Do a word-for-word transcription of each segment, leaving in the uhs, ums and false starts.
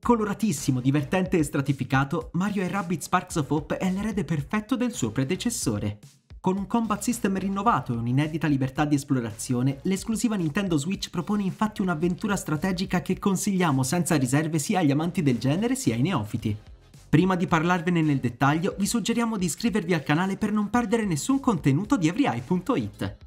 Coloratissimo, divertente e stratificato, Mario e Rabbids Sparks of Hope è l'erede perfetto del suo predecessore. Con un combat system rinnovato e un'inedita libertà di esplorazione, l'esclusiva Nintendo Switch propone infatti un'avventura strategica che consigliamo senza riserve sia agli amanti del genere sia ai neofiti. Prima di parlarvene nel dettaglio, vi suggeriamo di iscrivervi al canale per non perdere nessun contenuto di Everyeye punto it.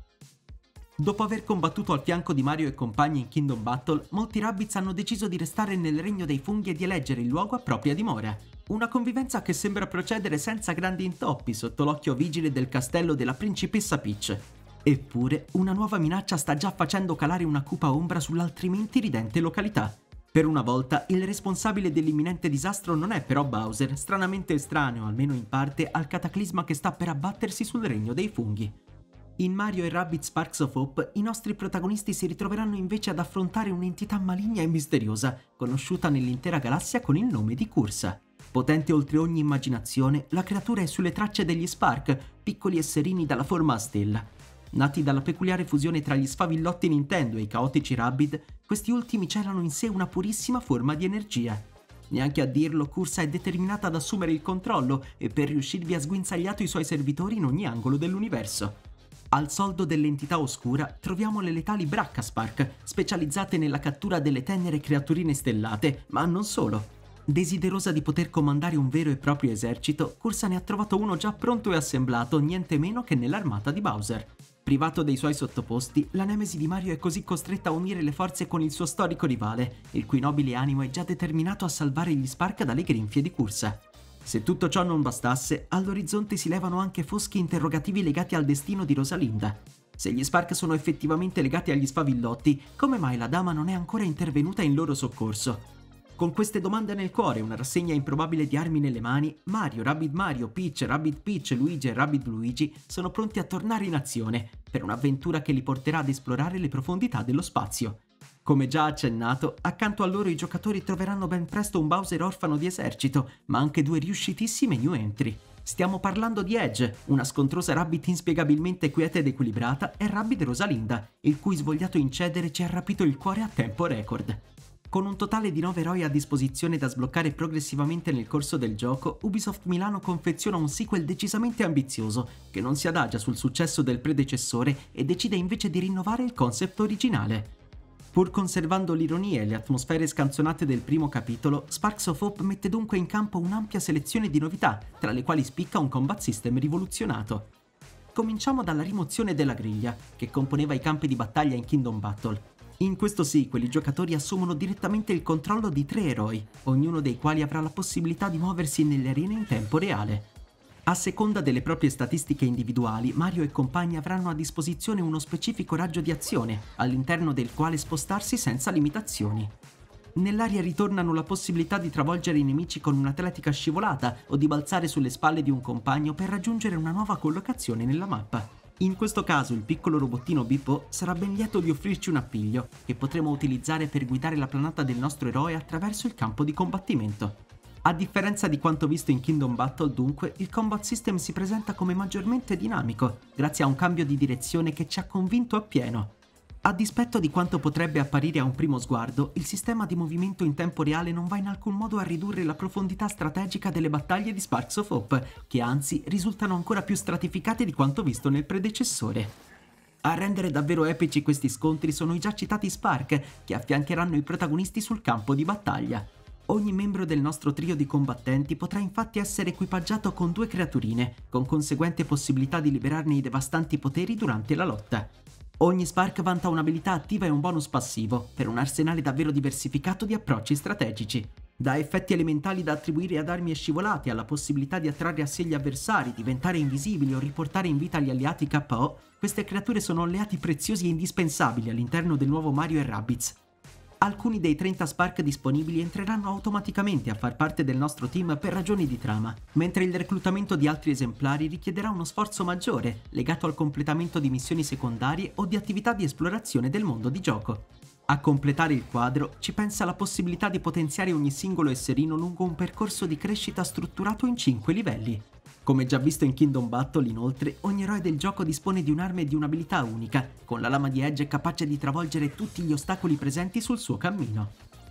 Dopo aver combattuto al fianco di Mario e compagni in Kingdom Battle, molti Rabbids hanno deciso di restare nel regno dei funghi e di eleggere il luogo a propria dimora. Una convivenza che sembra procedere senza grandi intoppi sotto l'occhio vigile del castello della principessa Peach. Eppure, una nuova minaccia sta già facendo calare una cupa ombra sull'altrimenti ridente località. Per una volta, il responsabile dell'imminente disastro non è però Bowser, stranamente estraneo, almeno in parte, al cataclisma che sta per abbattersi sul regno dei funghi. In Mario e Rabbids Sparks of Hope, i nostri protagonisti si ritroveranno invece ad affrontare un'entità maligna e misteriosa, conosciuta nell'intera galassia con il nome di Cursa. Potente oltre ogni immaginazione, la creatura è sulle tracce degli Spark, piccoli esserini dalla forma a stella. Nati dalla peculiare fusione tra gli sfavillotti Nintendo e i caotici Rabbid, questi ultimi celano in sé una purissima forma di energia. Neanche a dirlo, Cursa è determinata ad assumere il controllo e per riuscirvi ha sguinzagliato i suoi servitori in ogni angolo dell'universo. Al soldo dell'entità oscura troviamo le letali Braccaspark, specializzate nella cattura delle tenere creaturine stellate, ma non solo. Desiderosa di poter comandare un vero e proprio esercito, Cursa ne ha trovato uno già pronto e assemblato niente meno che nell'armata di Bowser. Privato dei suoi sottoposti, la nemesi di Mario è così costretta a unire le forze con il suo storico rivale, il cui nobile animo è già determinato a salvare gli Spark dalle grinfie di Cursa. Se tutto ciò non bastasse, all'orizzonte si levano anche foschi interrogativi legati al destino di Rosalinda. Se gli Spark sono effettivamente legati agli sfavillotti, come mai la dama non è ancora intervenuta in loro soccorso? Con queste domande nel cuore e una rassegna improbabile di armi nelle mani, Mario, Rabbid Mario, Peach, Rabbid Peach, Luigi e Rabbid Luigi sono pronti a tornare in azione, per un'avventura che li porterà ad esplorare le profondità dello spazio. Come già accennato, accanto a loro i giocatori troveranno ben presto un Bowser orfano di esercito, ma anche due riuscitissime new entry. Stiamo parlando di Edge, una scontrosa Rabbid inspiegabilmente quieta ed equilibrata, e Rabbid Rosalinda, il cui svogliato incedere ci ha rapito il cuore a tempo record. Con un totale di nove eroi a disposizione da sbloccare progressivamente nel corso del gioco, Ubisoft Milano confeziona un sequel decisamente ambizioso, che non si adagia sul successo del predecessore e decide invece di rinnovare il concept originale. Pur conservando l'ironia e le atmosfere scanzonate del primo capitolo, Sparks of Hope mette dunque in campo un'ampia selezione di novità, tra le quali spicca un combat system rivoluzionato. Cominciamo dalla rimozione della griglia, che componeva i campi di battaglia in Kingdom Battle. In questo sequel i giocatori assumono direttamente il controllo di tre eroi, ognuno dei quali avrà la possibilità di muoversi nelle arene in tempo reale. A seconda delle proprie statistiche individuali, Mario e compagni avranno a disposizione uno specifico raggio di azione, all'interno del quale spostarsi senza limitazioni. Nell'aria ritornano la possibilità di travolgere i nemici con un'atletica scivolata o di balzare sulle spalle di un compagno per raggiungere una nuova collocazione nella mappa. In questo caso il piccolo robottino Bippo sarà ben lieto di offrirci un appiglio, che potremo utilizzare per guidare la planata del nostro eroe attraverso il campo di combattimento. A differenza di quanto visto in Kingdom Battle, dunque, il combat system si presenta come maggiormente dinamico, grazie a un cambio di direzione che ci ha convinto appieno. A dispetto di quanto potrebbe apparire a un primo sguardo, il sistema di movimento in tempo reale non va in alcun modo a ridurre la profondità strategica delle battaglie di Sparks of Hope, che anzi risultano ancora più stratificate di quanto visto nel predecessore. A rendere davvero epici questi scontri sono i già citati Spark, che affiancheranno i protagonisti sul campo di battaglia. Ogni membro del nostro trio di combattenti potrà infatti essere equipaggiato con due creaturine, con conseguente possibilità di liberarne i devastanti poteri durante la lotta. Ogni Spark vanta un'abilità attiva e un bonus passivo, per un arsenale davvero diversificato di approcci strategici. Da effetti elementali da attribuire ad armi e scivolate alla possibilità di attrarre a sé gli avversari, diventare invisibili o riportare in vita gli alleati K O, queste creature sono alleati preziosi e indispensabili all'interno del nuovo Mario e Rabbids. Alcuni dei trenta Spark disponibili entreranno automaticamente a far parte del nostro team per ragioni di trama, mentre il reclutamento di altri esemplari richiederà uno sforzo maggiore, legato al completamento di missioni secondarie o di attività di esplorazione del mondo di gioco. A completare il quadro ci pensa la possibilità di potenziare ogni singolo esserino lungo un percorso di crescita strutturato in cinque livelli. Come già visto in Kingdom Battle, inoltre, ogni eroe del gioco dispone di un'arma e di un'abilità unica, con la lama di Edge capace di travolgere tutti gli ostacoli presenti sul suo cammino.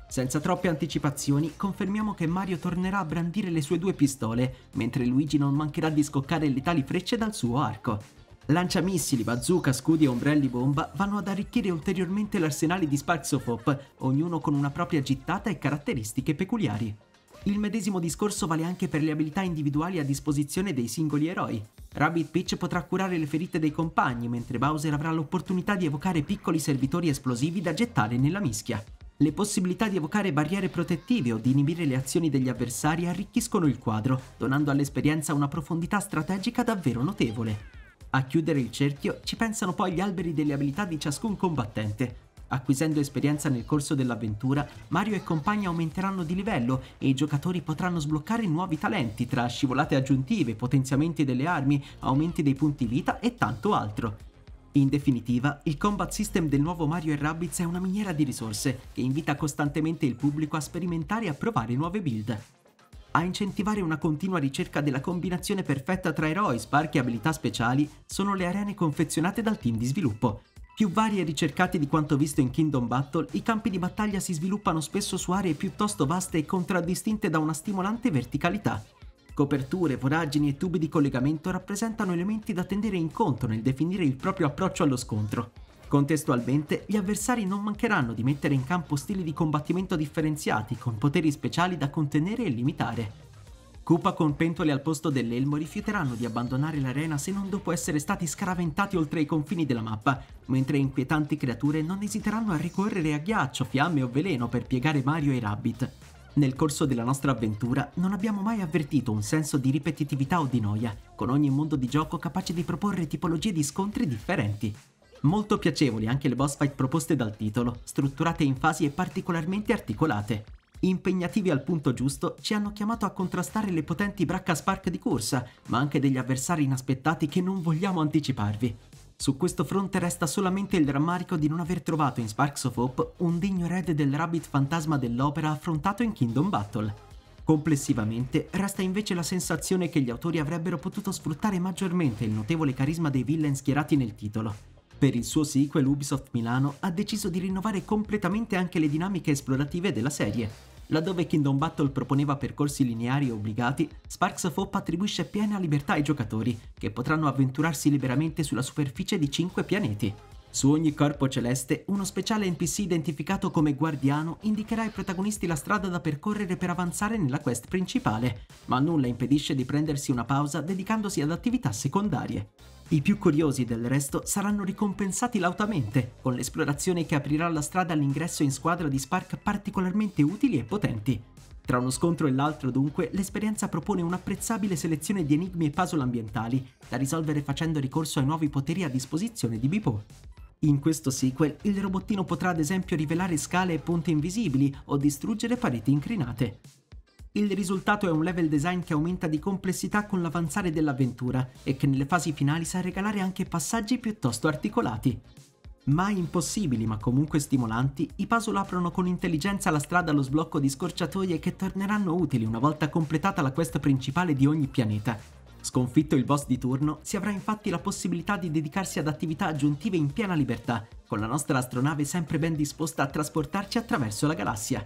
Senza troppe anticipazioni, confermiamo che Mario tornerà a brandire le sue due pistole, mentre Luigi non mancherà di scoccare letali frecce dal suo arco. Lanciamissili, bazooka, scudi e ombrelli bomba vanno ad arricchire ulteriormente l'arsenale di Sparks of Hope, ognuno con una propria gittata e caratteristiche peculiari. Il medesimo discorso vale anche per le abilità individuali a disposizione dei singoli eroi. Rabbid Peach potrà curare le ferite dei compagni, mentre Bowser avrà l'opportunità di evocare piccoli servitori esplosivi da gettare nella mischia. Le possibilità di evocare barriere protettive o di inibire le azioni degli avversari arricchiscono il quadro, donando all'esperienza una profondità strategica davvero notevole. A chiudere il cerchio ci pensano poi gli alberi delle abilità di ciascun combattente. Acquisendo esperienza nel corso dell'avventura, Mario e compagni aumenteranno di livello e i giocatori potranno sbloccare nuovi talenti tra scivolate aggiuntive, potenziamenti delle armi, aumenti dei punti vita e tanto altro. In definitiva, il combat system del nuovo Mario e Rabbids è una miniera di risorse che invita costantemente il pubblico a sperimentare e a provare nuove build. A incentivare una continua ricerca della combinazione perfetta tra eroi, spark e abilità speciali sono le arene confezionate dal team di sviluppo. Più vari e ricercati di quanto visto in Kingdom Battle, i campi di battaglia si sviluppano spesso su aree piuttosto vaste e contraddistinte da una stimolante verticalità. Coperture, voragini e tubi di collegamento rappresentano elementi da tenere in conto nel definire il proprio approccio allo scontro. Contestualmente, gli avversari non mancheranno di mettere in campo stili di combattimento differenziati, con poteri speciali da contenere e limitare. Koopa con pentole al posto dell'elmo rifiuteranno di abbandonare l'arena se non dopo essere stati scaraventati oltre i confini della mappa, mentre inquietanti creature non esiteranno a ricorrere a ghiaccio, fiamme o veleno per piegare Mario e Rabbid. Nel corso della nostra avventura non abbiamo mai avvertito un senso di ripetitività o di noia, con ogni mondo di gioco capace di proporre tipologie di scontri differenti. Molto piacevoli anche le boss fight proposte dal titolo, strutturate in fasi e particolarmente articolate. Impegnativi al punto giusto, ci hanno chiamato a contrastare le potenti bracca Spark di corsa, ma anche degli avversari inaspettati che non vogliamo anticiparvi. Su questo fronte resta solamente il rammarico di non aver trovato in Sparks of Hope un degno erede del Rabbid fantasma dell'opera affrontato in Kingdom Battle. Complessivamente resta invece la sensazione che gli autori avrebbero potuto sfruttare maggiormente il notevole carisma dei villain schierati nel titolo. Per il suo sequel, Ubisoft Milano ha deciso di rinnovare completamente anche le dinamiche esplorative della serie. Laddove Kingdom Battle proponeva percorsi lineari e obbligati, Sparks of Hope attribuisce piena libertà ai giocatori, che potranno avventurarsi liberamente sulla superficie di cinque pianeti. Su ogni corpo celeste, uno speciale N P C identificato come guardiano indicherà ai protagonisti la strada da percorrere per avanzare nella quest principale, ma nulla impedisce di prendersi una pausa dedicandosi ad attività secondarie. I più curiosi del resto saranno ricompensati lautamente, con l'esplorazione che aprirà la strada all'ingresso in squadra di Spark particolarmente utili e potenti. Tra uno scontro e l'altro, dunque, l'esperienza propone un'apprezzabile selezione di enigmi e puzzle ambientali, da risolvere facendo ricorso ai nuovi poteri a disposizione di Beep-O. In questo sequel, il robottino potrà ad esempio rivelare scale e ponti invisibili o distruggere pareti inclinate. Il risultato è un level design che aumenta di complessità con l'avanzare dell'avventura e che nelle fasi finali sa regalare anche passaggi piuttosto articolati. Mai impossibili ma comunque stimolanti, i puzzle aprono con intelligenza la strada allo sblocco di scorciatoie che torneranno utili una volta completata la quest principale di ogni pianeta. Sconfitto il boss di turno, si avrà infatti la possibilità di dedicarsi ad attività aggiuntive in piena libertà, con la nostra astronave sempre ben disposta a trasportarci attraverso la galassia.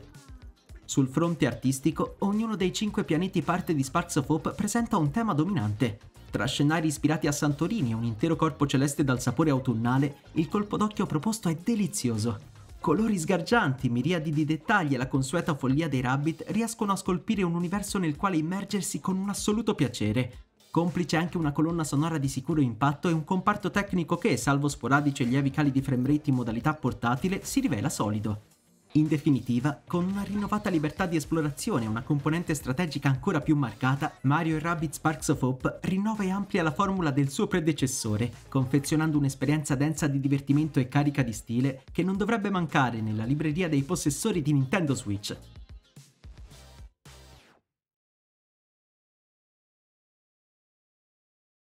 Sul fronte artistico, ognuno dei cinque pianeti parte di Sparks of Hope presenta un tema dominante. Tra scenari ispirati a Santorini e un intero corpo celeste dal sapore autunnale, il colpo d'occhio proposto è delizioso. Colori sgargianti, miriadi di dettagli e la consueta follia dei Rabbit riescono a scolpire un universo nel quale immergersi con un assoluto piacere. Complice anche una colonna sonora di sicuro impatto e un comparto tecnico che, salvo sporadici e lievi cali di framerate in modalità portatile, si rivela solido. In definitiva, con una rinnovata libertà di esplorazione e una componente strategica ancora più marcata, Mario e Rabbids Sparks of Hope rinnova e amplia la formula del suo predecessore, confezionando un'esperienza densa di divertimento e carica di stile che non dovrebbe mancare nella libreria dei possessori di Nintendo Switch.